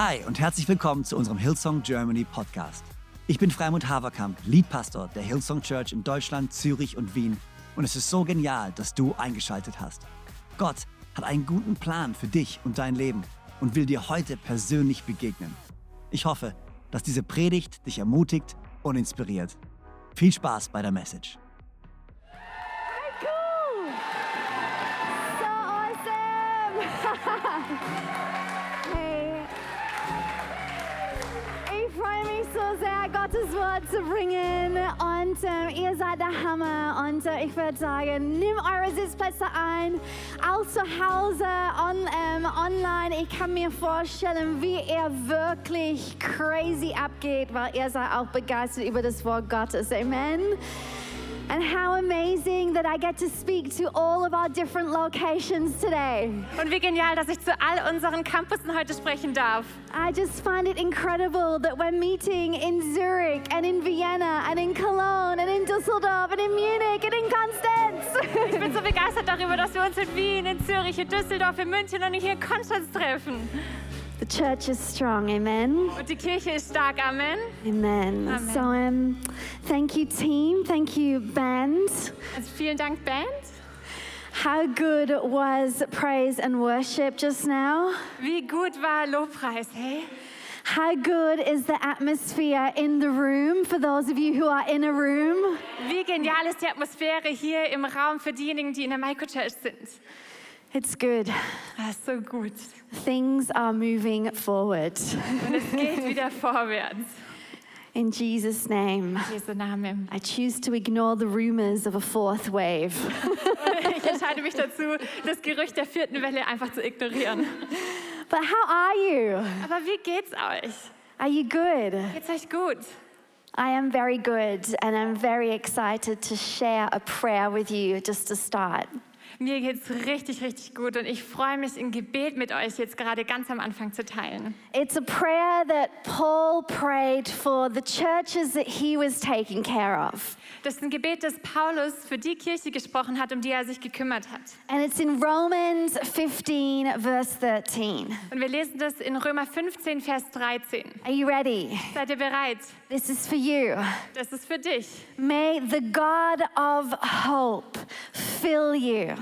Hi und herzlich willkommen zu unserem Hillsong Germany Podcast. Ich bin Freimund Haverkamp, Leadpastor der Hillsong Church in Deutschland, Zürich und Wien. Und es ist so genial, dass du eingeschaltet hast. Gott hat einen guten Plan für dich und dein Leben und will dir heute persönlich begegnen. Ich hoffe, dass diese Predigt dich ermutigt und inspiriert. Viel Spaß bei der Message. Cool! So awesome! Hey, ich freue mich so sehr, Gottes Wort zu bringen und ihr seid der Hammer und ich würde sagen, nimm eure Sitzplätze ein, auch zu Hause, online. Ich kann mir vorstellen, wie er wirklich crazy abgeht, weil ihr seid auch begeistert über das Wort Gottes. Amen. And how amazing that I get to speak to all of our different locations today. Und wie genial, dass ich zu all unseren Campussen heute sprechen darf. I just find it incredible that we're meeting in Zurich and in Vienna and in Cologne and in Düsseldorf and in Munich and in Konstanz. Ich bin so begeistert darüber, dass wir uns in Wien, in Zürich, in Düsseldorf, in München und hier in Konstanz treffen. The church is strong, amen. Und die Kirche ist stark, Amen. Amen. Amen. So, thank you, team. Thank you, band. Also vielen Dank, Band. How good was praise and worship just now? Wie gut war Lobpreis, hey? How good is the atmosphere in the room for those of you who are in a room? Wie genial ist die Atmosphäre hier im Raum für diejenigen, die in der Microchurch sind? It's good. ist so gut. Things are moving forward. Und es geht wieder vorwärts. In Jesus' name. In Jesu Namen. I choose to ignore the rumors of a fourth wave. Und ich entscheide mich dazu, das Gerücht der vierten Welle einfach zu ignorieren. But how are you? Aber wie geht's euch? Are you good? Geht's euch gut? I am very good and I'm very excited to share a prayer with you just to start. Mir geht's richtig, richtig gut und ich freue mich, ein Gebet mit euch jetzt gerade ganz am Anfang zu teilen. It's a prayer that Paul prayed for the churches that he was taking care of. Das ist ein Gebet, das Paulus für die Kirche gesprochen hat, um die er sich gekümmert hat. And it's in Romans 15, verse 13. Und wir lesen das in Römer 15, Vers 13. Are you ready? Seid ihr bereit? This is for you. Das ist für dich. May the God of hope fill you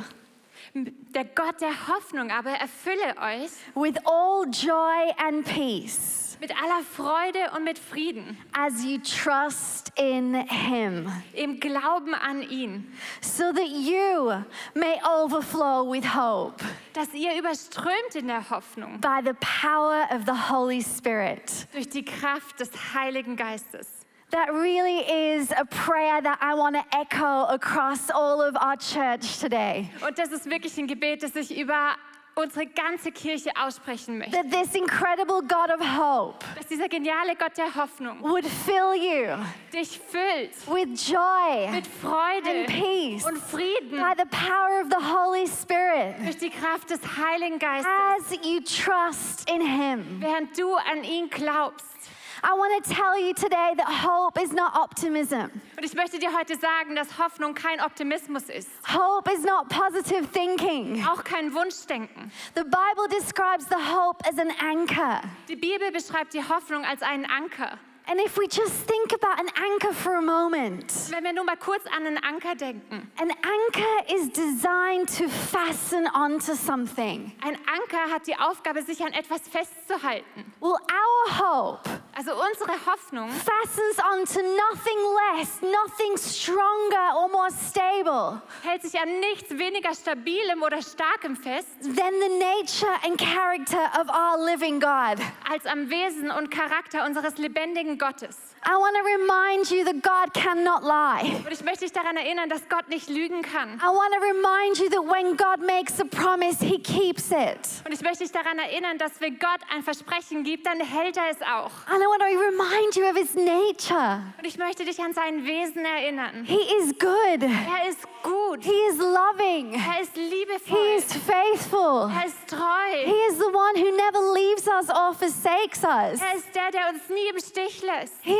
Der Gott der Hoffnung aber erfülle euch with all joy and peace mit aller Freude und mit Frieden, as you trust in him, im Glauben an ihn, so that you may overflow with hope dass ihr überströmt in der Hoffnung by the power of the Holy Spirit. durch die Kraft des Heiligen Geistes. That really is a prayer that I want to echo across all of our church today. Und das ist wirklich ein Gebet, das ich über unsere ganze Kirche aussprechen möchte. That this incredible God of hope Dass dieser geniale Gott der Hoffnung would fill you dich füllt with joy mit Freude and peace und Frieden by the power of the Holy Spirit durch die Kraft des Heiligen Geistes, as you trust in him. während du an ihn glaubst. I want to tell you today that hope is not optimism. Und ich möchte dir heute sagen, dass Hoffnung kein Optimismus ist, Hope is not positive thinking. auch kein Wunschdenken. The Bible describes the hope as an anchor. Die Bibel beschreibt die Hoffnung als einen Anker. And if we just think about an anchor for a moment, Wenn wir nur mal kurz an einen Anker denken. an anchor is designed to fasten onto something. Ein Anker hat die Aufgabe, sich an etwas festzuhalten. Well, our hope Also unsere Hoffnung fastens onto nothing less, nothing stronger or more stable hält sich an nichts weniger Stabilem oder Starkem fest, than the nature and character of our living God. als am Wesen und Charakter unseres lebendigen Gottes. I want to remind you that God cannot lie. Und ich möchte dich daran erinnern, dass Gott nicht lügen kann. I want to remind you that when God makes a promise, he keeps it. Und ich möchte dich daran erinnern, dass wenn Gott ein Versprechen gibt, dann hält er es auch. And I want to remind you of his nature. Und ich möchte dich an sein Wesen erinnern. He is good. Er ist gut. He is loving. Er ist He liebevoll. is faithful. Er ist treu. He is the one who never leaves us or forsakes us. Er ist der uns nie im Stich lässt. He is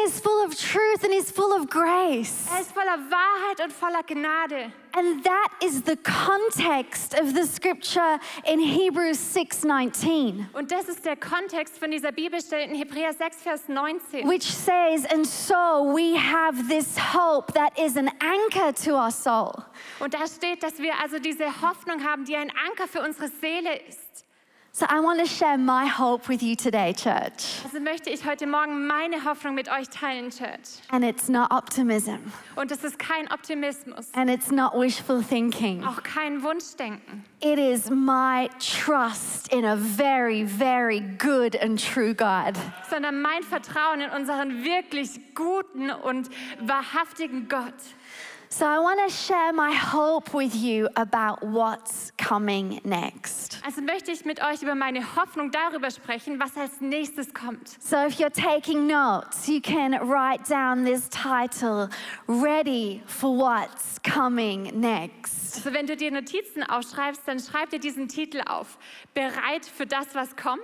is full of truth and he's full of grace. Er ist voller Wahrheit und voller Gnade. And that is the context of the scripture in Hebrews 6:19, Und das ist der Kontext von dieser Bibelstelle in Hebräer 6, Vers 19. which says, and so we have this hope that is an anchor to our soul. Und da steht, dass wir also diese Hoffnung haben, die ein Anker für unsere Seele ist. So I want to share my hope with you today, church. Also möchte ich heute Morgen meine Hoffnung mit euch teilen, Church. And it's not optimism, Und es ist kein Optimismus, and it's not wishful thinking. auch kein Wunschdenken. It is my trust in a very, very good and true God. Sondern mein Vertrauen in unseren wirklich guten und wahrhaftigen Gott. So I want to share my hope with you about what's coming next. Also möchte ich mit euch über meine Hoffnung darüber sprechen, was als nächstes kommt. So if you're taking notes, you can write down this title, Ready for What's Coming Next. Also wenn du dir Notizen aufschreibst, dann schreib dir diesen Titel auf. Bereit für das, was kommt?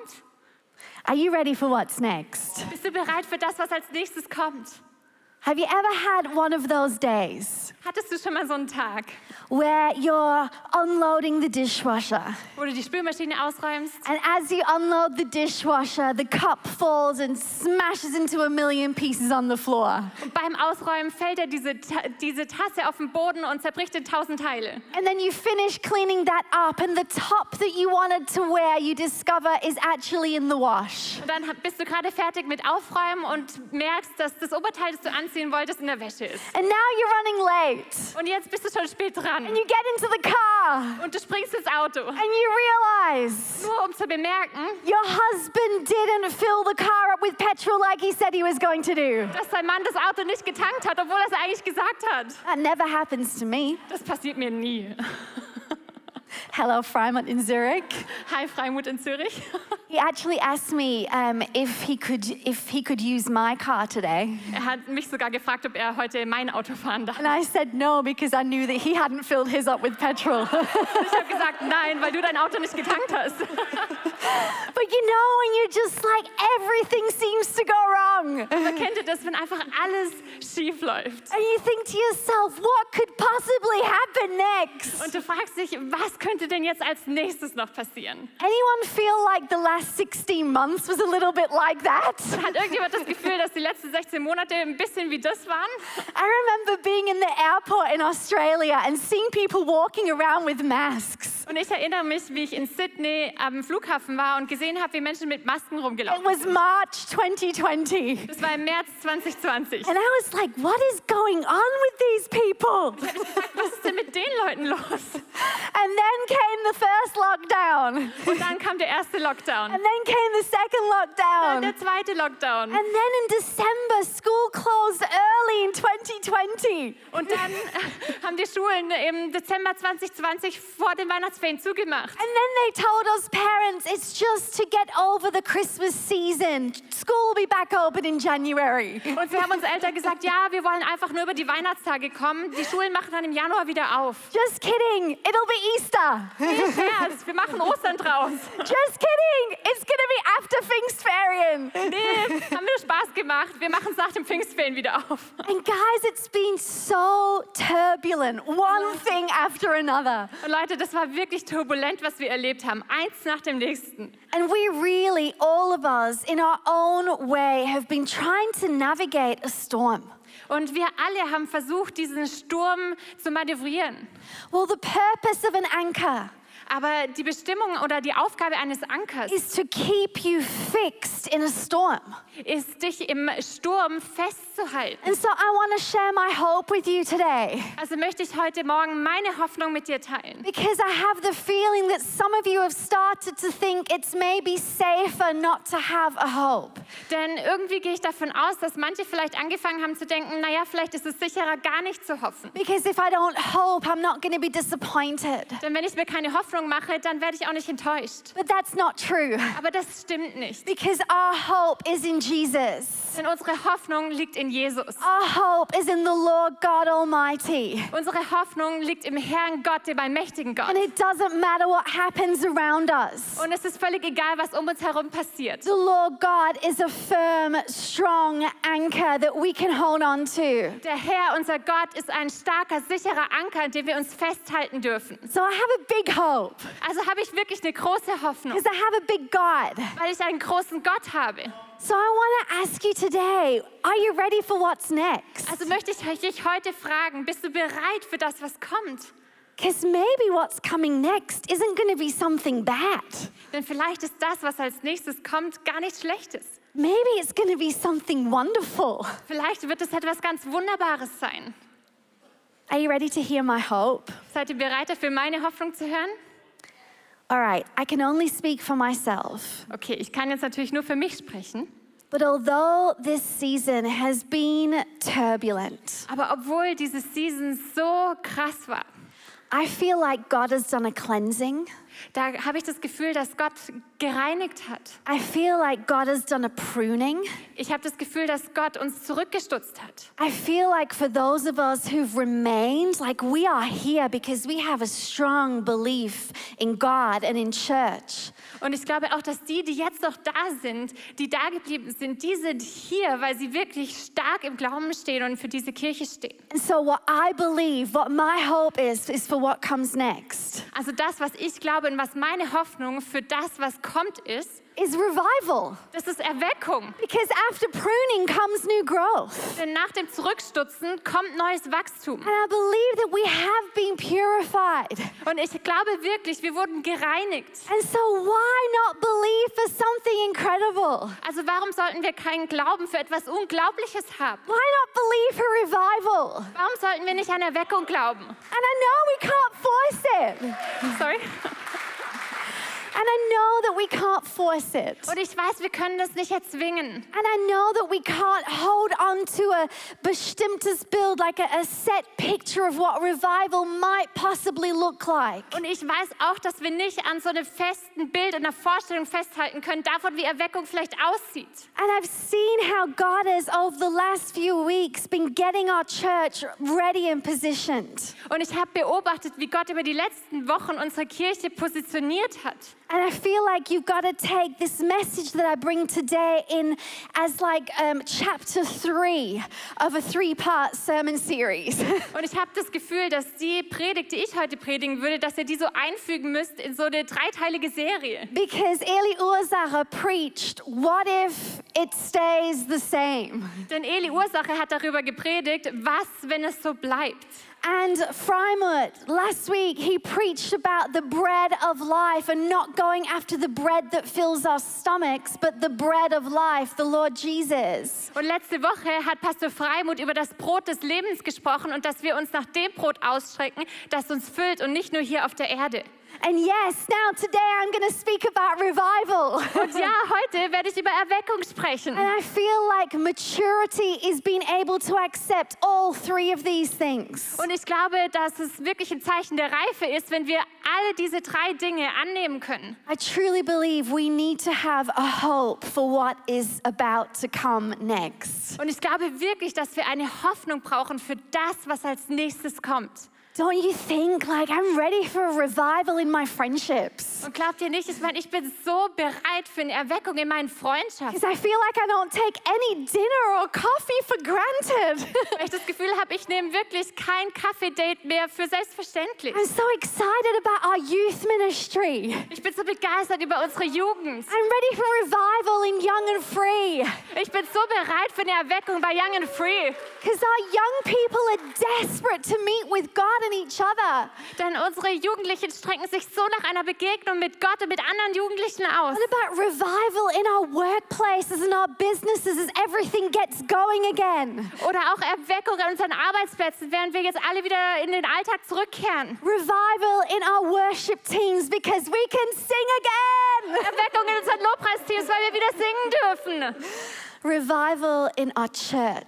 Are you ready for what's next? Bist du bereit für das, was als nächstes kommt? Have you ever had one of those days Hattest du schon mal so einen Tag, where you're unloading the dishwasher? wo du die Spülmaschine ausräumst And as you unload the dishwasher, the cup falls and smashes into a million pieces on the floor. und beim Ausräumen fällt dir diese Tasse auf den Boden und zerbricht in 1000 Teile. And then you finish cleaning that up, and the top that you wanted to wear, you discover is actually in the wash. Und dann bist du gerade fertig mit Aufräumen und merkst, dass das Oberteil, das du anziehen wolltest, in der Wäsche ist. And now you're running late. Und jetzt bist du schon spät dran. And you get into the car, Und du springst ins Auto. and you realize Nur um zu bemerken, your husband didn't fill the car up with petrol like he said he was going to do. dass dein Mann das Auto nicht getankt hat, obwohl er es eigentlich gesagt hat. That never happens to me. Das passiert mir nie. Hello, Freimut in Zurich. Hi, Freimut in Zürich. He actually asked me if he could use my car today. Er hat mich sogar gefragt, ob er heute mein Auto fahren darf. And I said no because I knew that he hadn't filled his up with petrol. Ich habe gesagt, nein, weil du dein Auto nicht getankt hast. But you know, when you're just like, everything seems to go wrong. Aber kennt ihr das, wenn einfach alles schief läuft? And you think to yourself, what could possibly happen next? Und du fragst dich, was könnte denn jetzt als nächstes noch passieren? Anyone feel like the last 16 months was a little bit like that? Hat irgendjemand das Gefühl, dass die letzten 16 Monate ein bisschen wie das waren? I remember being in the airport in Australia and seeing people walking around with masks. Und ich erinnere mich, wie ich in Sydney am Flughafen war und gesehen habe, wie Menschen mit Masken It rumgelaufen was sind. March 2020. Das war im März 2020. And I was like, what is going on with these people? Was ist denn mit den Leuten los? And then came the first lockdown. Und dann kam der erste Lockdown. And then came the second Dann lockdown. der zweite Lockdown. And then in December, school closed early in 2020. Und dann haben die Schulen im Dezember 2020 vor den Weihnachtsferien zugemacht. And then they told us parents, it's just to get over the Christmas season. School will be back open in January. Und sie haben uns Eltern gesagt, ja, wir wollen einfach nur über die Weihnachtstage kommen. Die Schulen machen dann im Januar wieder auf. Just kidding, it'll be Easter. Scherz, wir machen Ostern draus. Just kidding, it's gonna be after Pfingstferien. Nee, haben wir Spaß gemacht. Wir machen es nach dem Pfingstferien wieder auf. And guys, it's been so turbulent, one thing after another. Und Leute, das war wirklich turbulent, was wir erlebt haben. Eins nach dem nächsten. And we really, all of us, in our own way, have been trying to navigate a storm. Und wir alle haben versucht, diesen Sturm zu manövrieren. Well, the purpose of an anchor Aber die Bestimmung oder die Aufgabe eines Ankers is to keep you fixed in a storm. ist, dich im Sturm festzuhalten. And so I want to share my hope with you today, Also möchte ich heute Morgen meine Hoffnung mit dir teilen. because I have the feeling that some of you have started to think it's maybe safer not to have a hope. Denn irgendwie gehe ich davon aus, dass manche vielleicht angefangen haben zu denken, naja, vielleicht ist es sicherer, gar nicht zu hoffen. Because if I don't hope, I'm not going to be disappointed. Denn wenn ich mir keine Hoffnung Hoffnung mache, dann werde ich auch nicht enttäuscht. But that's not true. Aber das stimmt nicht. Because our hope is in Jesus. Denn unsere Hoffnung liegt in Jesus. Our hope is in the Lord God Almighty. Unsere Hoffnung liegt im Herrn Gott, dem allmächtigen Gott. And it doesn't matter what happens around us. Und es ist völlig egal, was um uns herum passiert. The Lord God is a firm, strong anchor that we can hold on to. Der Herr, unser Gott, ist ein starker, sicherer Anker, an dem wir uns festhalten dürfen. So I have a big hope Also habe ich wirklich eine große Hoffnung, because I have a big God. weil ich einen großen Gott habe. So I want to ask you today, are you ready for what's next? Also möchte ich dich heute fragen, bist du bereit für das, was kommt? Because maybe what's coming next isn't going to be something bad. Denn vielleicht ist das, was als nächstes kommt, gar nichts Schlechtes. Maybe it's going to be something wonderful. Vielleicht wird es etwas ganz Wunderbares sein. Are you ready to hear my hope? Seid ihr bereit dafür, meine Hoffnung zu hören? All right, I can only speak for myself. Okay, ich kann jetzt natürlich nur für mich sprechen. But although this season has been turbulent, Aber obwohl diese Season so krass war, I feel like God has done a cleansing. da habe ich das Gefühl, dass Gott gereinigt hat. I feel like God has done a pruning. Ich habe das Gefühl, dass Gott uns zurückgestutzt hat. I feel like for those of us who've remained, like we are here because we have a strong belief in God and in church. Und ich glaube auch, dass die jetzt noch da sind, die da geblieben sind, die sind hier, weil sie wirklich stark im Glauben stehen und für diese Kirche stehen. And so what I believe, what my hope is for what comes next, Also das, was ich glaube und was meine Hoffnung für das, was kommt, ist revival. das ist Erweckung. Because after pruning comes new growth. Denn nach dem Zurückstutzen kommt neues Wachstum. And I believe that we have been purified. Und ich glaube wirklich, wir wurden gereinigt. And so why not believe for something incredible? Also warum sollten wir keinen Glauben für etwas Unglaubliches haben? Why not believe for revival? Warum sollten wir nicht an Erweckung glauben? And I know we can't force it. Sorry. And I know that we can't force it. Und ich weiß, wir können das nicht erzwingen. And I know that we can't hold on to a bestimmtes Bild, like a set picture of what revival might possibly look like. Und ich weiß auch, dass wir nicht an so einem festen Bild und einer Vorstellung festhalten können, davon, wie Erweckung vielleicht aussieht. And I've seen how God has, over the last few weeks, been getting our church ready and positioned. Und ich habe beobachtet, wie Gott über die letzten Wochen unsere Kirche positioniert hat. And I feel like you've got to take this message that I bring today in as like chapter 3 of a 3-part sermon series. Und ich habe das Gefühl, dass die Predigt, die ich heute predigen würde, dass ihr die so einfügen müsst in so eine 3-teilige Serie. Because Eli Ursacher preached, what if it stays the same? Denn Eli Ursache hat darüber gepredigt, was, wenn es so bleibt. And Freimut, last week, he preached about the bread of life and not going after the bread that fills our stomachs, but the bread of life, the Lord Jesus. Und letzte Woche hat Pastor Freimut über das Brot des Lebens gesprochen und dass wir uns nach dem Brot ausstrecken, das uns füllt und nicht nur hier auf der Erde. And yes, now today I'm going to speak about revival. Und ja, heute werde ich über Erweckung sprechen. And I feel like maturity is being able to accept all 3 of these things. Und ich glaube, dass es wirklich ein Zeichen der Reife ist, wenn wir alle diese 3 Dinge annehmen können. I truly believe we need to have a hope for what is about to come next. Und ich glaube wirklich, dass wir eine Hoffnung brauchen für das, was als nächstes kommt. Don't you think, like, I'm ready for a revival in my friendships? Und glaubt ihr nicht, ich bin so bereit für eine Erweckung in meinen Freundschaften. Because I feel like I don't take any dinner or coffee for granted. Weil ich das Gefühl habe, ich nehme wirklich kein Kaffee-Date mehr für selbstverständlich. I'm so excited about our youth ministry. Ich bin so begeistert über unsere Jugend. I'm ready for revival in Young and Free. Ich bin so bereit für eine Erweckung bei Young and Free. Because our young people are desperate to meet with God and each other. Denn unsere Jugendlichen strecken sich so nach einer Begegnung mit Gott und mit anderen Jugendlichen aus. What about revival in our workplaces and our businesses as everything gets going again? Oder auch Erweckung an unseren Arbeitsplätzen, während wir jetzt alle wieder in den Alltag zurückkehren. Revival in our worship teams because we can sing again. Erweckung in unseren Lobpreisteams, weil wir wieder singen dürfen. Revival in our church.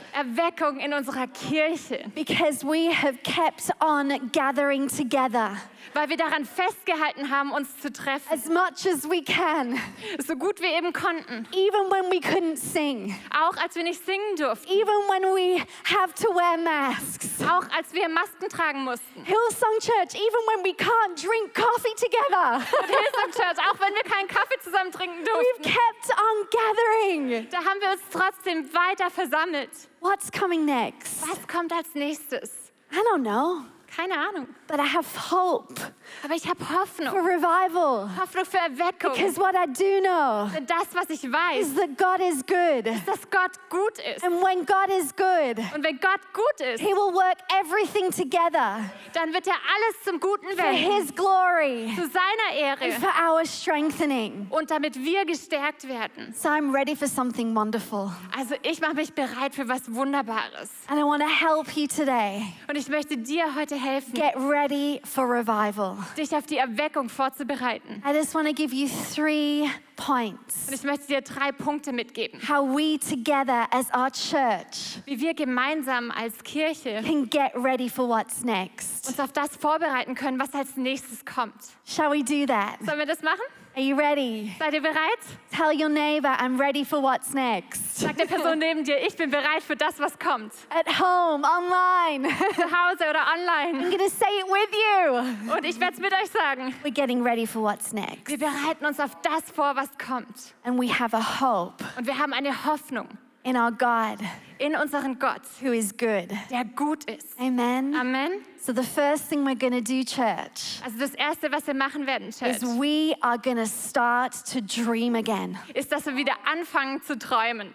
Erweckung in unserer Kirche, because we have kept on gathering together weil wir daran festgehalten haben, uns zu treffen, as much as we can, so gut wir eben konnten. even when we couldn't sing, Auch als wir nicht singen durften, even when we have to wear masks. auch als wir Masken tragen mussten. Hillsong Church, even when we can't drink coffee together, Und Hillsong Church, auch wenn wir keinen Kaffee zusammen trinken we've durften, kept on gathering. da haben wir uns trotzdem weiter versammelt. What's coming next? Was kommt als nächstes? I don't know, Keine Ahnung. but I have hope Aber ich habe for Hoffnung. revival. Hoffnung für Erweckung. Because what I do know Denn das, was ich weiß, is that God is good. ist, dass Gott gut ist. And when God is good, Und wenn Gott gut ist, He will work everything together dann wird er alles zum Guten for wenden. His glory Zu seiner and Ehre. for our strengthening. Und damit wir gestärkt werden. So I'm ready for something wonderful. Also ich mache mich bereit für was Wunderbares. And I want to help you today Und ich möchte dir heute helfen, get ready for revival. dich auf die Erweckung vorzubereiten. I just want to give you 3 points. Und ich möchte dir 3 Punkte mitgeben, How we together as our church wie wir gemeinsam als Kirche can get ready for what's next. uns auf das vorbereiten können, was als nächstes kommt. Shall we do that? Sollen wir das machen? Are you ready? Seid ihr bereit? Tell your neighbor, I'm ready for what's next. Sag der Person neben dir, ich bin bereit für das, was kommt. At home, online. Zu Hause oder I'm online. going to say it with you. Und ich werde es mit euch sagen. We're getting ready for what's next. Wir bereiten uns auf das vor, was kommt. And we have a hope Und wir haben eine Hoffnung in our God in unseren Gott, who is good. der gut ist. Amen. Amen. So the first thing we're going to do, church, Also das Erste, was wir machen werden, Church, is we are going to start to dream again. ist, dass wir wieder anfangen zu träumen.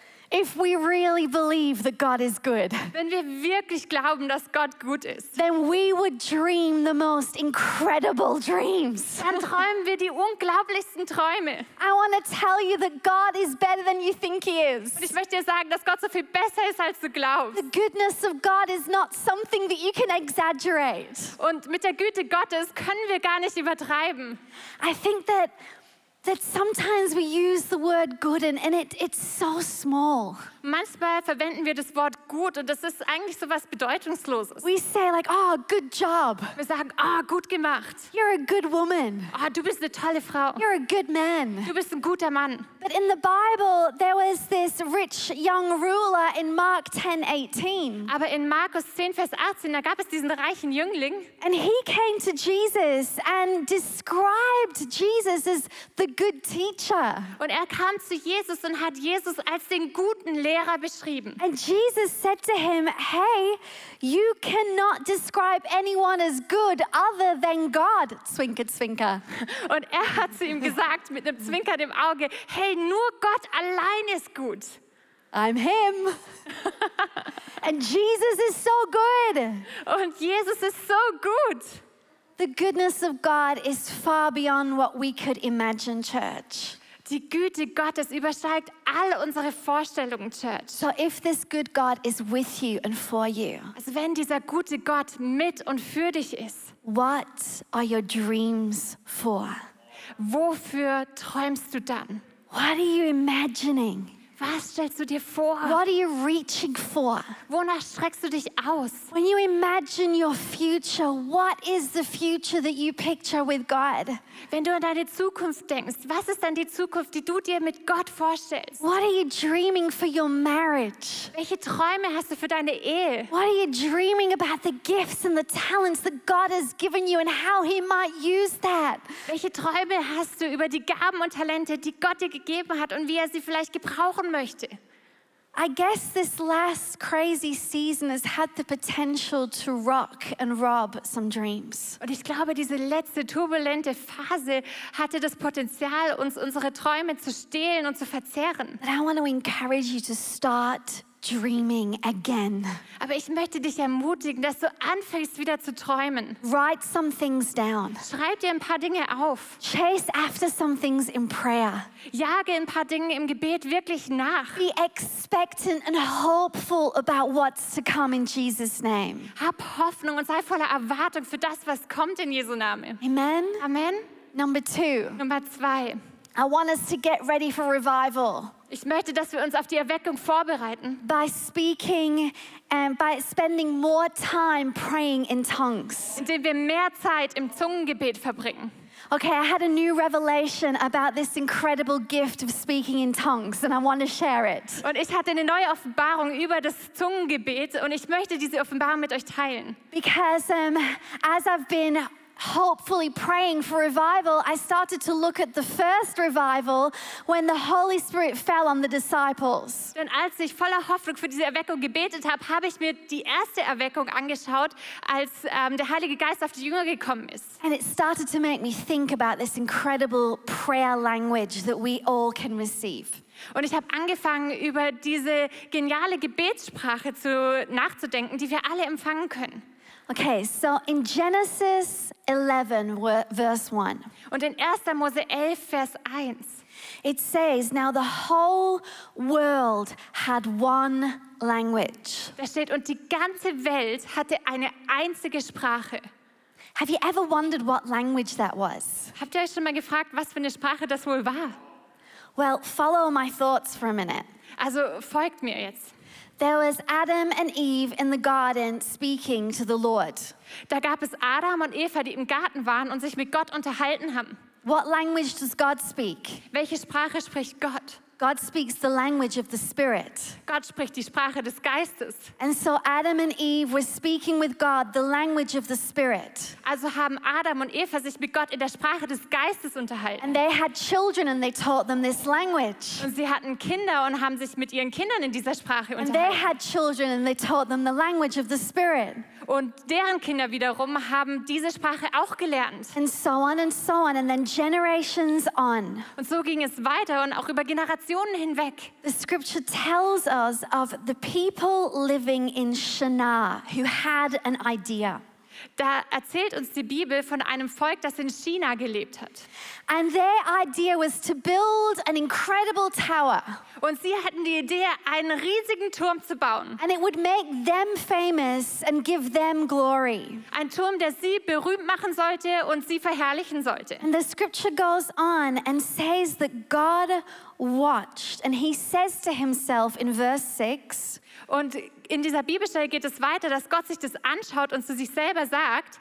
If we really believe that God is good, Wenn wir wirklich glauben, dass Gott gut ist, then we would dream the most incredible dreams. dann träumen wir die unglaublichsten Träume. I want to tell you that God is better than you think He is. Und ich möchte dir sagen, dass Gott so viel besser ist, als du glaubst. The goodness of God is not something that you can exaggerate. Und mit der Güte Gottes können wir gar nicht übertreiben. I think that sometimes we use the word good and it's so small. Manchmal verwenden wir das Wort gut und das ist eigentlich so was Bedeutungsloses. We say like, oh, good job. Wir sagen, ah, gut gemacht. You're a good woman. Ah, du bist eine tolle Frau. You're a good man. Du bist ein guter Mann. But in the Bible, there was this rich young ruler in Mark 10:18. Aber in Markus 10, Vers 18, da gab es diesen reichen Jüngling And he came to Jesus and described Jesus as the good teacher. und er kam zu Jesus und hat Jesus als den guten Lehrer beschrieben. And Jesus said to him, hey, you cannot describe anyone as good other than God. Zwinker, zwinker. Und er hat zu ihm gesagt mit einem Zwinkern im Auge, hey, nur Gott allein ist gut. I'm him. And Jesus is so good. Und Jesus ist so gut. The goodness of God is far beyond what we could imagine, church. Die Güte Gottes übersteigt alle unsere Vorstellungen, Church. So if this good God is with you and for you, Also wenn dieser gute Gott mit und für dich ist, what are your dreams for? wofür träumst du dann? What are you imagining? Was stellst du dir vor? What are you reaching for? Wonach streckst du dich aus? When you imagine your future, what is the future that you picture with God? Wenn du an deine Zukunft denkst, was ist dann die Zukunft, die du dir mit Gott vorstellst? What are you dreaming for your marriage? Welche Träume hast du für deine Ehe? What are you dreaming about the gifts and the talents that God has given you and how He might use that? Welche Träume hast du über die Gaben und Talente, die Gott dir gegeben hat und wie er sie vielleicht gebrauchen möchte? I guess this last crazy season has had the potential to rock and rob some dreams. Und ich glaube, diese letzte turbulente Phase hatte das Potenzial, uns unsere Träume zu stehlen und zu verzerren. But I want to encourage you to start dreaming again. Aber ich möchte dich ermutigen, dass du anfängst, wieder zu träumen. Write some things down. Schreib dir ein paar Dinge auf. Chase after some things in prayer. Jage ein paar Dinge im Gebet wirklich nach. Be expectant and hopeful about what's to come in Jesus' name. Hab Hoffnung und sei voller Erwartung für das, was kommt in Jesu Namen. Amen. Amen. Number 2, Nummer 2. I want us to get ready for revival. Ich möchte, dass wir uns auf die Erweckung vorbereiten. by spending more time praying in tongues. Indem wir mehr Zeit im Zungengebet verbringen. Okay, I had a new revelation about this incredible gift of speaking in tongues, and I want to share it. Und ich hatte eine neue Offenbarung über das Zungengebet und ich möchte diese Offenbarung mit euch teilen. Because as I've been hopefully praying for revival, I started to look at the first revival when the Holy Spirit fell on the disciples. Denn als ich voller Hoffnung für diese Erweckung gebetet habe, habe ich mir die erste Erweckung angeschaut, als der Heilige Geist auf die Jünger gekommen ist. And it started to make me think about this incredible prayer language that we all can receive. Und ich habe angefangen, über diese geniale Gebetssprache nachzudenken, die wir alle empfangen können. Okay, so in Genesis 11, verse 1, Und in 1. Mose 11, Vers 1, it says, now the whole world had one language. da steht, und die ganze Welt hatte eine einzige Sprache. Have you ever wondered what language that was? Habt ihr euch schon mal gefragt, was für eine Sprache das wohl war? Well, follow my thoughts for a minute. Also folgt mir jetzt. There was Adam and Eve in the garden speaking to the Lord. Da gab es Adam und Eva, die im Garten waren und sich mit Gott unterhalten haben. What language does God speak? Welche Sprache spricht Gott? God speaks the language of the Spirit. Gott spricht die Sprache des Geistes. And so Adam and Eve were speaking with God the language of the Spirit. Also haben Adam und Eva sich mit Gott in der Sprache des Geistes unterhalten. And they had children and they taught them this language. Und sie hatten Kinder und haben sich mit ihren Kindern in dieser Sprache And they unterhalten. had children and they taught them the language of the Spirit. Und deren Kinder wiederum haben diese Sprache auch gelernt. And so on and so on. And then generations on. Und so ging es weiter und auch über Generationen hinweg. The scripture tells us of the people living in Shinar who had an idea. Da erzählt uns die Bibel von einem Volk, das in China gelebt hat. And their idea was to build an incredible tower. Und sie hatten die Idee, einen riesigen Turm zu bauen. And it would make them famous and give them glory. Ein Turm, der sie berühmt machen sollte und sie verherrlichen sollte. And the scripture goes on and says that God watched. And he says to himself in verse 6, Und in dieser Bibelstelle geht es weiter, dass Gott sich das anschaut und zu sich selber sagt,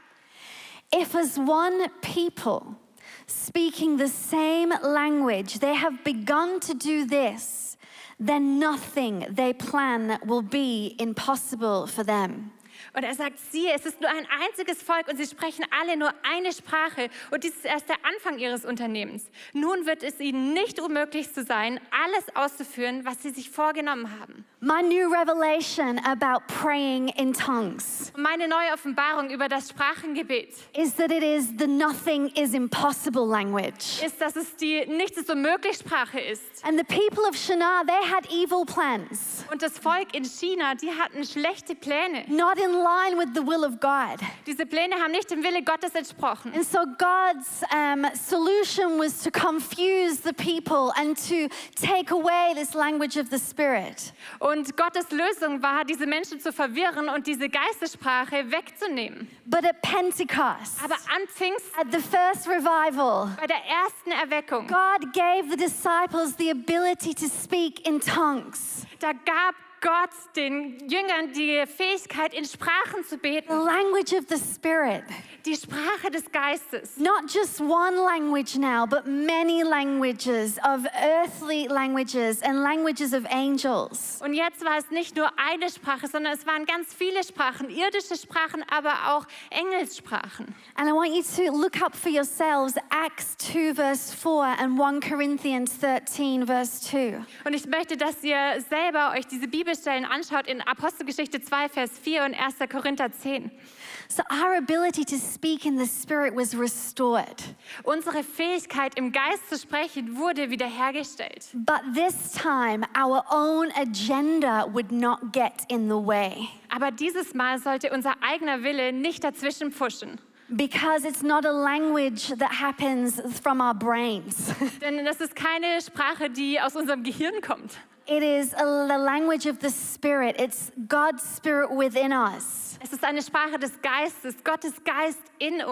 if as one people speaking the same language, they have begun to do this, then nothing they plan will be impossible for them. und er sagt, siehe, es ist nur ein einziges Volk und sie sprechen alle nur eine Sprache und dies ist erst der Anfang ihres Unternehmens. Nun wird es ihnen nicht unmöglich zu sein, alles auszuführen, was sie sich vorgenommen haben. My new revelation about praying in tongues Und meine neue Offenbarung über das Sprachengebet is that it is the nothing is impossible language. ist, dass es die Nichts ist unmöglich Sprache ist. And the people of Shinar, they had evil plans, Und das Volk in China, die hatten schlechte Pläne. not in line with the will of God. Diese Pläne haben nicht dem Wille Gottes entsprochen. And so God's solution was to confuse the people and to take away this language of the Spirit. Und Gottes Lösung war, diese Menschen zu verwirren und diese Geistessprache wegzunehmen. But at Pentecost, Aber an Pfingsten, at the first revival, bei der ersten Erweckung, God gave the disciples the ability to speak in tongues, da gab Gott den Jüngern die Fähigkeit, in Sprachen zu the beten. language of the Spirit. Die Sprache des Geistes. Not just one language now, but many languages of earthly languages and languages of angels. Und jetzt war es nicht nur eine Sprache, sondern es waren ganz viele Sprachen, irdische Sprachen, aber auch Engelssprachen. And I want you to look up for yourselves Acts 2 verse 4 and 1 Corinthians 13 verse 2. Und ich möchte, dass ihr selber euch diese Bibelstellen anschaut in Apostelgeschichte 2, Vers 4 und 1. Korinther 10. So our ability to speak in the Spirit was restored. Unsere Fähigkeit, im Geist zu sprechen, wurde wiederhergestellt. But this time, our own agenda would not get in the way. Aber dieses Mal sollte unser eigener Wille nicht dazwischen pfuschen. Because it's not a language that happens from our brains. Denn das ist keine Sprache, die aus unserem Gehirn kommt. It is the language of the Spirit. It's God's Spirit within us. Es ist eine Sprache des Geistes, Gottes Geist in uns.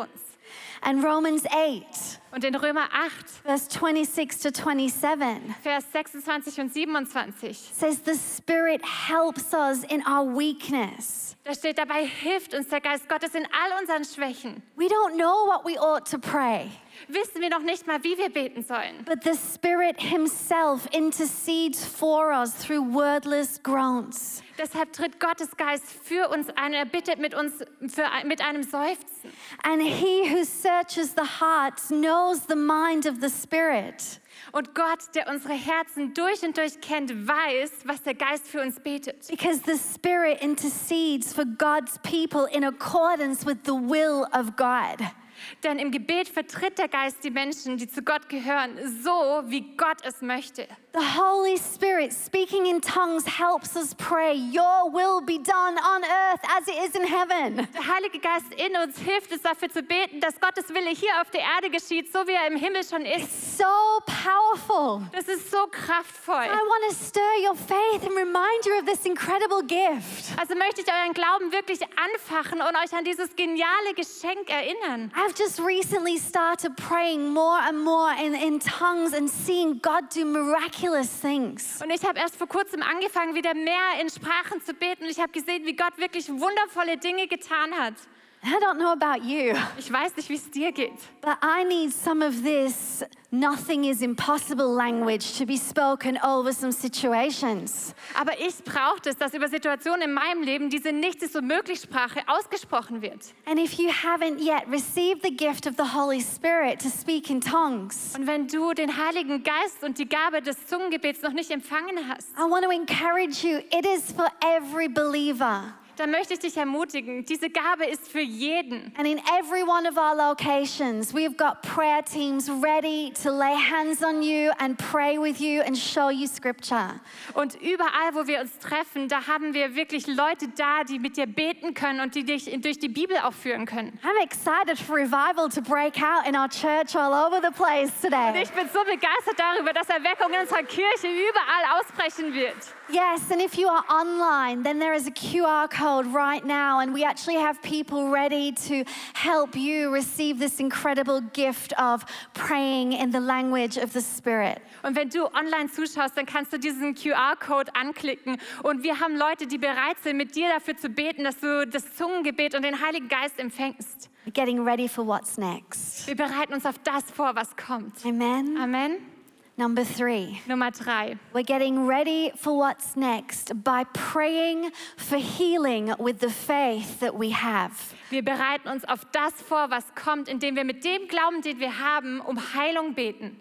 And Romans 8, Und in Römer 8, verse 26 to 27, Vers 26 und 27, says the Spirit helps us in our weakness. da steht, dabei hilft uns der Geist Gottes in all unseren Schwächen. We don't know what we ought to pray, Wissen wir noch nicht mal, wie wir beten sollen. but the Spirit Himself intercedes for us through wordless groans. Deshalb tritt Gottes Geist für uns ein. Er bittet mit uns mit einem Seufzen. And He who searches the hearts knows the mind of the Spirit. Und Gott, der unsere Herzen durch und durch kennt, weiß, was der Geist für uns betet. Because the Spirit intercedes for God's people in accordance with the will of God. Denn im Gebet vertritt der Geist die Menschen, die zu Gott gehören, so wie Gott es möchte. The Holy Spirit speaking in tongues helps us pray, your will be done on earth as it is in heaven. Der Heilige Geist in uns hilft es dafür zu beten, dass Gottes Wille hier auf der Erde geschieht, so wie er im Himmel schon ist. So powerful. Das ist so kraftvoll. I want to stir your faith and remind you of this incredible gift. Also möchte ich euren Glauben wirklich anfachen und euch an dieses geniale Geschenk erinnern. I've just recently started praying more and more in tongues and seeing God do miraculous things. Und ich habe erst vor kurzem angefangen, wieder mehr in Sprachen zu beten. Und ich habe gesehen, wie Gott wirklich wundervolle Dinge getan hat. I don't know about you, Ich weiß nicht, wie es dir geht. but I need some of this nothing is impossible language to be spoken over some situations. Aber ich brauche es, dass über Situationen in meinem Leben diese Nichts ist unmöglich Sprache ausgesprochen wird. And if you haven't yet received the gift of the Holy Spirit to speak in tongues, Und wenn du den Heiligen Geist und die Gabe des Zungengebets noch nicht empfangen hast, I want to encourage you, it is for every believer. dann möchte ich dich ermutigen, diese Gabe ist für jeden. And in every one of our locations, we've got prayer teams ready to lay hands on you and pray with you and show you scripture. Und überall, wo wir uns treffen, da haben wir wirklich Leute da, die mit dir beten können und die dich durch die Bibel auch führen können. I'm excited for revival to break out in our church all over the place Und today. ich bin so begeistert darüber, dass Erweckung in unserer Kirche überall ausbrechen wird. Yes, and if you are online, then there is a QR code right now, and we actually have people ready to help you receive this incredible gift of praying in the language of the Spirit. Und wenn du online zuschaust, dann kannst du diesen QR-Code anklicken. Und wir haben Leute, die bereit sind, mit dir dafür zu beten, dass du das Zungengebet und den Heiligen Geist empfängst. We're getting ready for what's next. Wir bereiten uns auf das vor, was kommt. Amen. Amen. Number 3. Nummer 3. We're getting ready for what's next by praying for healing with the faith that we have. Wir bereiten uns auf das vor, was kommt, indem wir mit dem Glauben, den wir haben, um Heilung beten.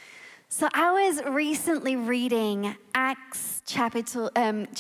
So I was recently reading Acts chapter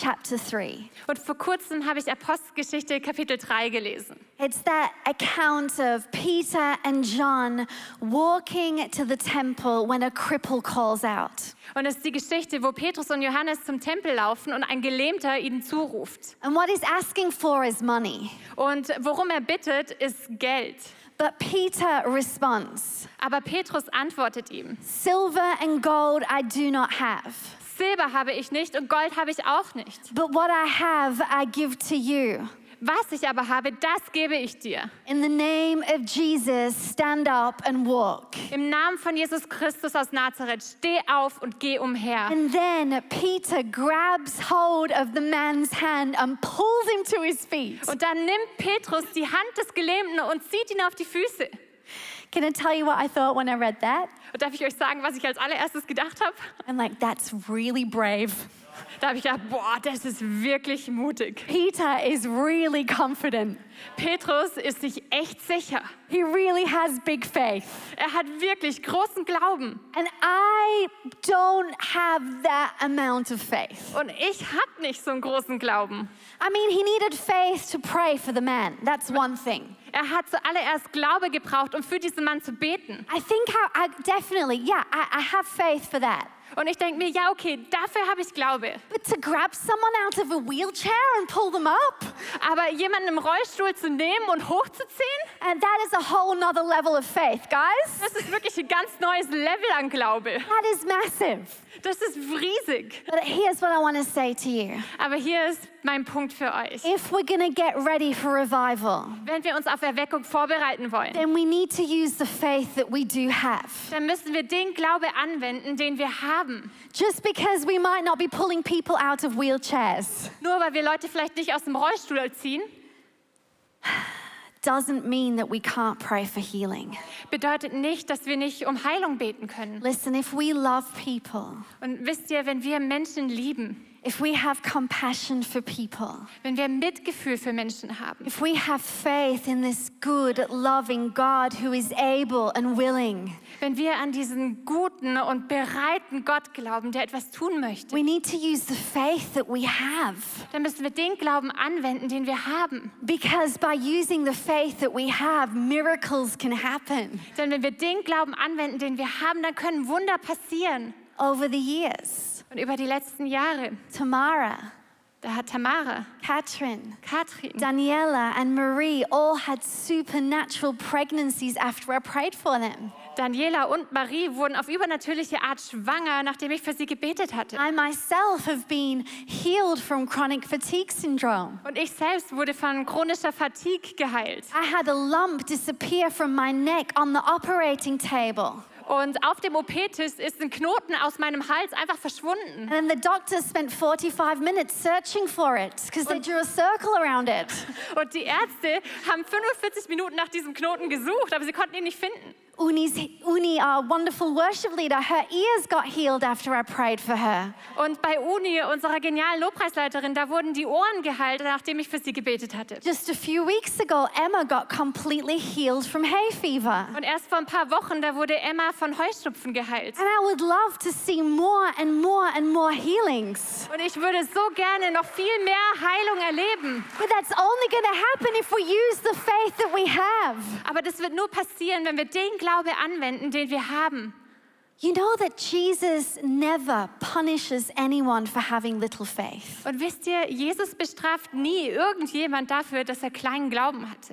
3. Und vor kurzem habe ich Apostelgeschichte Kapitel 3 gelesen. It's that account of Peter and John walking to the temple when a cripple calls out. Und es ist die Geschichte, wo Petrus und Johannes zum Tempel laufen und ein Gelähmter ihnen zuruft. And what he's asking for is money. Und worum er bittet, ist Geld. But Peter responds, Aber Petrus antwortet ihm: Silver and gold I do not have, Silber habe ich nicht und Gold habe ich auch nicht. but what I have I give to you. Was ich aber habe, das gebe ich dir. In the name of Jesus, stand up and walk. Im Namen von Jesus Christus aus Nazareth, steh auf und geh umher. And then Peter grabs hold of the man's hand and pulls him to his feet. Und dann nimmt Petrus die Hand des Gelähmten und zieht ihn auf die Füße. Can I tell you what I thought when I read that? Und darf ich euch sagen, was ich als allererstes gedacht habe? I'm like, that's really brave. Da habe ich gedacht, boah, das ist wirklich mutig. Peter is really confident. Petrus ist sich echt sicher. He really has big faith. Er hat wirklich großen Glauben. And I don't have that amount of faith. Und ich habe nicht so einen großen Glauben. I mean, he needed faith to pray for the man. That's one thing. Er hat zuallererst Glaube gebraucht, um für diesen Mann zu beten. I think I definitely, I have faith for that. Und ich denke mir, ja, okay, dafür habe ich Glaube. But to grab someone out of a wheelchair and pull them up, Aber jemanden im Rollstuhl zu nehmen und hochzuziehen, and that is a whole nother level of faith, guys. das ist wirklich ein ganz neues Level an Glaube. That is massive. Das ist riesig. But here's what I want to say to you. Aber hier ist mein Punkt für euch. If we're going to get ready for revival, Wenn wir uns auf Erweckung vorbereiten wollen, then we need to use the faith that we do have. dann müssen wir den Glaube anwenden, den wir haben. Just because we might not be pulling people out of wheelchairs Nur weil wir Leute vielleicht nicht aus dem Rollstuhl ziehen, doesn't mean that we can't pray for healing. bedeutet nicht, dass wir nicht um Heilung beten können. Listen, if we love people, Und wisst ihr, wenn wir Menschen lieben, if we have compassion for people, wenn wir Mitgefühl für Menschen haben, if we have faith in this good, loving God who is able and willing, wenn wir an diesen guten und bereiten Gott glauben, der etwas tun möchte, we need to use the faith that we have. dann müssen wir den Glauben anwenden, den wir haben. Because by using the faith that we have, miracles can happen. Denn wenn wir den Glauben anwenden, den wir haben, dann können Wunder passieren. Over the years, Und über die letzten Jahre, Tamara, da hat Tamara, Katrin, Katrin, Daniela, and Marie all had supernatural pregnancies after I prayed for them. Daniela und Marie wurden auf übernatürliche Art schwanger, nachdem ich für sie gebetet hatte. I myself have been healed from chronic fatigue syndrome. Und ich selbst wurde von chronischer Fatigue geheilt. I had a lump disappear from my neck on the operating table. Und auf dem OP-Tisch ist ein Knoten aus meinem Hals einfach verschwunden. And then the doctors spent 45 minutes searching for it because they drew a circle around it. Und die Ärzte haben 45 Minuten nach diesem Knoten gesucht, aber sie konnten ihn nicht finden. Uni, our wonderful worship leader, her ears got healed after I prayed for her. Und bei Uni, unserer genialen Lobpreisleiterin, da wurden die Ohren geheilt, nachdem ich für sie gebetet hatte. Just a few weeks ago, Emma got completely healed from hay fever. Und erst vor ein paar Wochen, da wurde Emma von Heuschnupfen geheilt. And I would love to see more and more and more healings. Und ich würde so gerne noch viel mehr Heilung erleben. But that's only going to happen if we use the faith that we have. Aber das wird nur passieren, wenn wir den Glaube anwenden, den wir haben. You know that Jesus never punishes anyone for having little faith. Und wisst ihr, Jesus bestraft nie irgendjemand dafür, dass er kleinen Glauben hatte.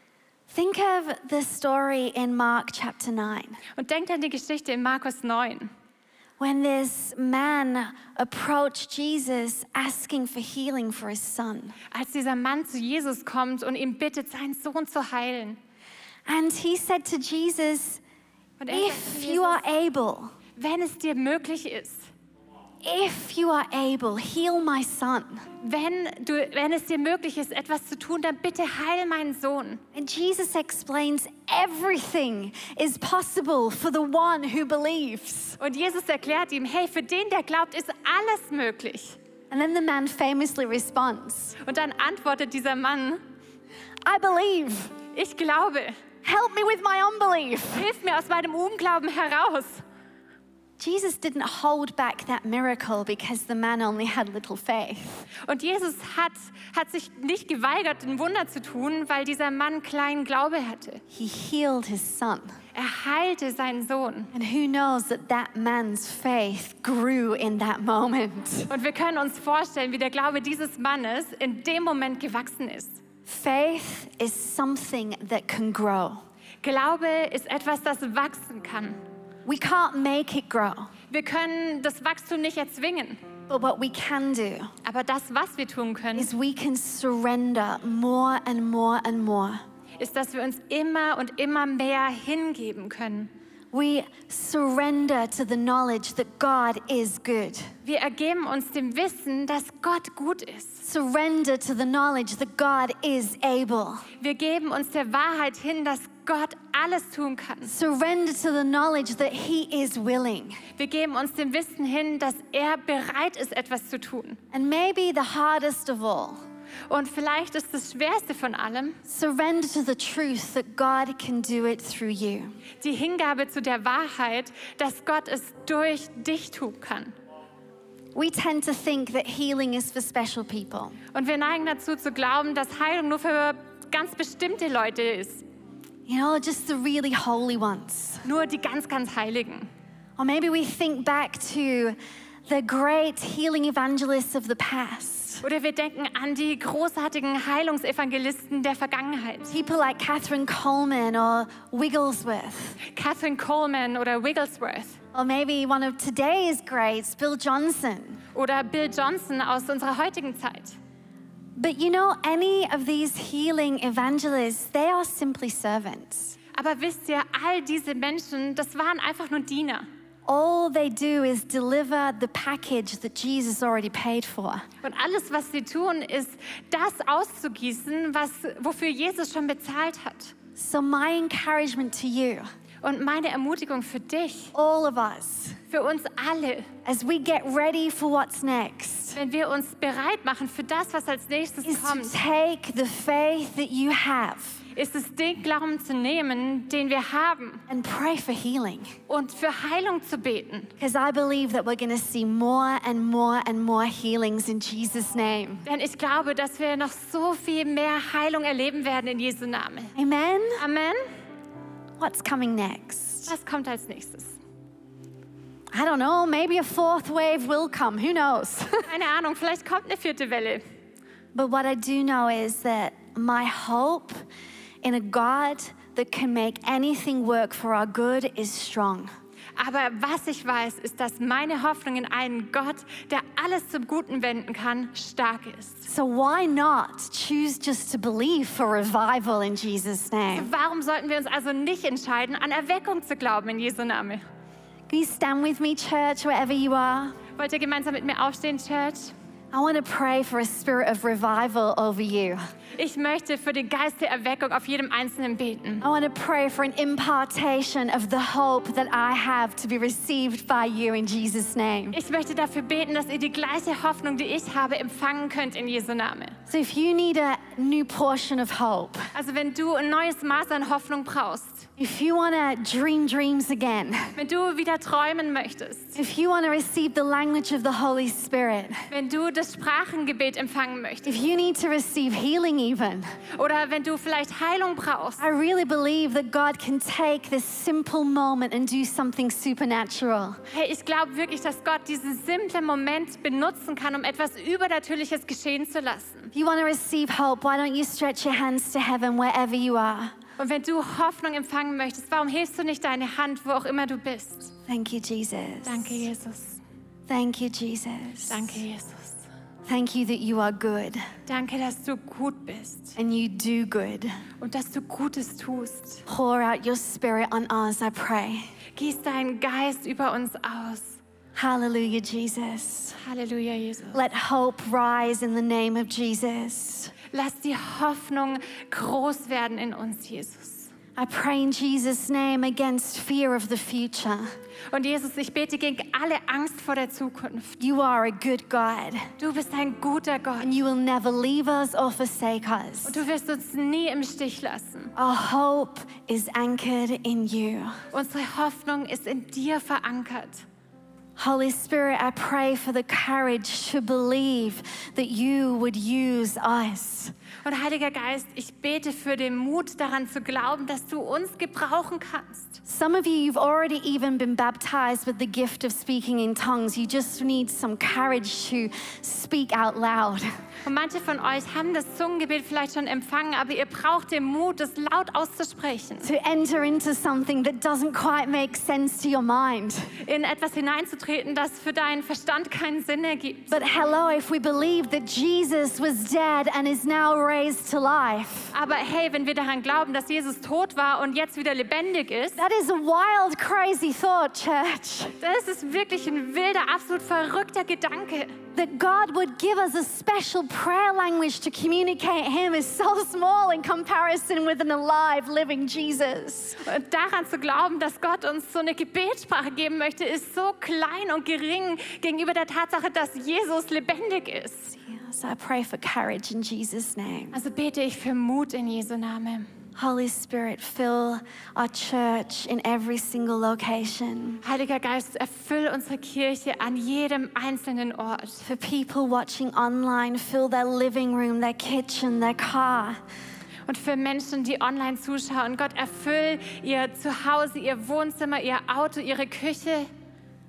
Think of the story in Mark chapter 9. Und denkt an die Geschichte in Markus 9. When this man approached Jesus asking for healing for his son. Als dieser Mann zu Jesus kommt und ihn bittet, seinen Sohn zu heilen. And he said to Jesus, Und er sagt if zu you are Jesus, able, wenn es dir möglich ist, if you are able, heal my son. wenn es dir möglich ist, etwas zu tun, dann bitte heil meinen Sohn. And Jesus explains everything is possible for the one who believes. Und Jesus erklärt ihm, hey, für den, der glaubt, ist alles möglich. And then the man famously responds, Und dann antwortet dieser Mann, I believe. ich glaube, Help me with my unbelief. hilf mir aus meinem Unglauben heraus. Jesus didn't hold back that miracle because the man only had little faith. Und Jesus hat sich nicht geweigert, ein Wunder zu tun, weil dieser Mann kleinen Glaube hatte. He healed his son. Er heilte seinen Sohn. And who knows that man's faith grew in that moment. Und wir können uns vorstellen, wie der Glaube dieses Mannes in dem Moment gewachsen ist. Faith is something that can grow. Glaube ist etwas, das wachsen kann. We can't make it grow, Wir können das Wachstum nicht erzwingen. but what we can do Aber das, was wir tun können, is we can surrender more and more and more. ist, dass wir uns immer und immer mehr hingeben können. We surrender to the knowledge that God is good. Wir ergeben uns dem Wissen, dass Gott gut ist. Surrender to the knowledge that God is able. Wir geben uns der Wahrheit hin, dass Gott alles tun kann. Surrender to the knowledge that He is willing. Wir geben uns dem Wissen hin, dass er bereit ist, etwas zu tun. And maybe the hardest of all, Und vielleicht ist das Schwerste von allem surrender to the truth that God can do it through you. die Hingabe zu der Wahrheit, dass Gott es durch dich tun kann. We tend to think that healing is for special people. Und wir neigen dazu zu glauben, dass Heilung nur für ganz bestimmte Leute ist. You know, just the really holy ones. Nur die ganz, ganz Heiligen. Or maybe we think back to the great healing evangelists of the past. Oder wir denken an die großartigen Heilungsevangelisten der Vergangenheit. People like Catherine Coleman or Wigglesworth. Catherine Coleman oder Wigglesworth. Or maybe one of today's greats, Bill Johnson. Oder Bill Johnson aus unserer heutigen Zeit. But you know, any of these healing evangelists, they are simply servants. Aber wisst ihr, all diese Menschen, das waren einfach nur Diener. All they do is deliver the package that Jesus already paid for. Und alles, was sie tun, ist, das auszugießen, wofür Jesus schon bezahlt hat. So my encouragement to you, Und meine Ermutigung für dich, all of us, für uns alle, as we get ready for what's next, wenn wir uns bereit machen für das, was als nächstes is to kommt, take the faith that you have ist es, den Glauben zu nehmen, den wir haben, and pray for healing. und für Heilung zu beten. Because I believe that we're going to see more and more and more healings in Jesus' name. Denn ich glaube, dass wir noch so viel mehr Heilung erleben werden in Jesu Namen. Amen? Amen. What's coming next? Was kommt als nächstes? I don't know, maybe a fourth wave will come. Who knows? Keine Ahnung, vielleicht kommt eine 4. Welle. But what I do know is that my hope in a God that can make anything work for our good is strong. Aber was ich weiß, ist, dass meine Hoffnung in einen Gott, der alles zum Guten wenden kann, stark ist. So why not choose just to believe for revival in Jesus' name? Warum sollten wir uns also nicht entscheiden, an Erweckung zu glauben in Jesu Namen? Can you stand with me, church, wherever you are? Wollt ihr gemeinsam mit mir aufstehen, Church? I want to pray for a spirit of revival over you. Ich möchte für den Geist der Erweckung auf jedem Einzelnen beten. I want to pray for an impartation of the hope that I have to be received by you in Jesus' name. Ich möchte dafür beten, dass ihr die gleiche Hoffnung, die ich habe, empfangen könnt in Jesu Namen. So if you need a new portion of hope, Also wenn du ein neues Maß an Hoffnung brauchst, if you want to dream dreams again, wenn du wieder träumen möchtest, if you want to receive the language of the Holy Spirit, wenn du das Sprachengebet empfangen möchtest if you need to receive healing even, oder wenn du vielleicht Heilung brauchst, I really believe that God can take this simple moment and do something supernatural. hey, ich glaube wirklich, dass Gott diesen simplen Moment benutzen kann, um etwas Übernatürliches geschehen zu lassen. If you want to receive hope, why don't you stretch your hands to heaven wherever you are? Und wenn du Hoffnung empfangen möchtest, warum hebst du nicht deine Hand, wo auch immer du bist? Thank you, Jesus. Danke, Jesus. Thank you, Jesus. Danke, Jesus. Thank you that you are good Danke, dass du gut bist and you do good. und dass du Gutes tust. Pour out your spirit on us, I pray. Gieß deinen Geist über uns aus. Hallelujah, Jesus. Halleluja, Jesus. Let hope rise in the name of Jesus. Lass die Hoffnung groß werden in uns, Jesus. I pray in Jesus' name against fear of the future. Und Jesus, ich bete gegen alle Angst vor der Zukunft. You are a good God, Du bist ein guter Gott and you will never leave us or forsake us. und du wirst uns nie im Stich lassen. Our hope is anchored in you. Unsere Hoffnung ist in dir verankert. Holy Spirit, I pray for the courage to believe that you would use us. Und Heiliger Geist, ich bete für den Mut daran zu glauben, dass du uns gebrauchen kannst. Some of you, you've already even been baptized with the gift of speaking in tongues. You just need some courage to speak out loud. Und manche von euch haben das Zungengebet vielleicht schon empfangen, aber ihr braucht den Mut, es laut auszusprechen. To enter into something that doesn't quite make sense to your mind. In etwas hineinzutreten, das für deinen Verstand keinen Sinn ergibt. But hello, if we believe that Jesus was dead and is now raised to life, Aber hey, wenn wir daran glauben, dass Jesus tot war und jetzt wieder lebendig ist, that is a wild, crazy thought, church. das ist wirklich ein wilder, absolut verrückter Gedanke. That God would give us a special prayer language to communicate Him is so small in comparison with an alive, living Jesus. Und daran zu glauben, dass Gott uns so eine Gebetssprache geben möchte, ist so klein und gering gegenüber der Tatsache, dass Jesus lebendig ist. Yes, I pray for courage in Jesus' name. Also bete ich für Mut in Jesu Namen. Holy Spirit, fill our church in every single location. Heiliger Geist, erfüll unsere Kirche an jedem einzelnen Ort. For people watching online, fill their living room, their kitchen, their car. Und für Menschen, die online zuschauen, Gott, erfüll ihr Zuhause, ihr Wohnzimmer, ihr Auto, ihre Küche.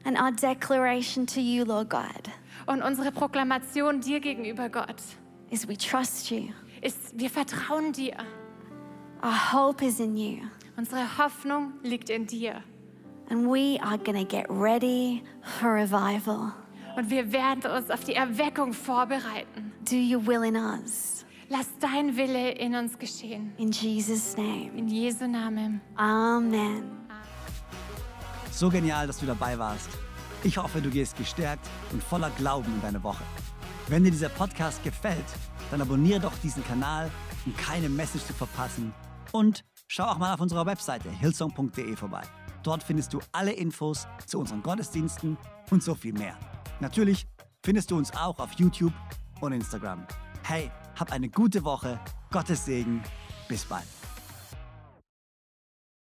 And our declaration to you, Lord God, Und unsere Proklamation dir gegenüber, Gott, is we trust you. ist, wir vertrauen dir. Our hope is in you. Unsere Hoffnung liegt in dir. And we are going to get ready for revival. Und wir werden uns auf die Erweckung vorbereiten. Do your will in us. Lass dein Wille in uns geschehen. In Jesus' name. In Jesu Namen. Amen. So genial, dass du dabei warst. Ich hoffe, du gehst gestärkt und voller Glauben in deine Woche. Wenn dir dieser Podcast gefällt, dann abonniere doch diesen Kanal, um keine Message zu verpassen. Und schau auch mal auf unserer Webseite hillsong.de vorbei. Dort findest du alle Infos zu unseren Gottesdiensten und so viel mehr. Natürlich findest du uns auch auf YouTube und Instagram. Hey, hab eine gute Woche, Gottes Segen, bis bald.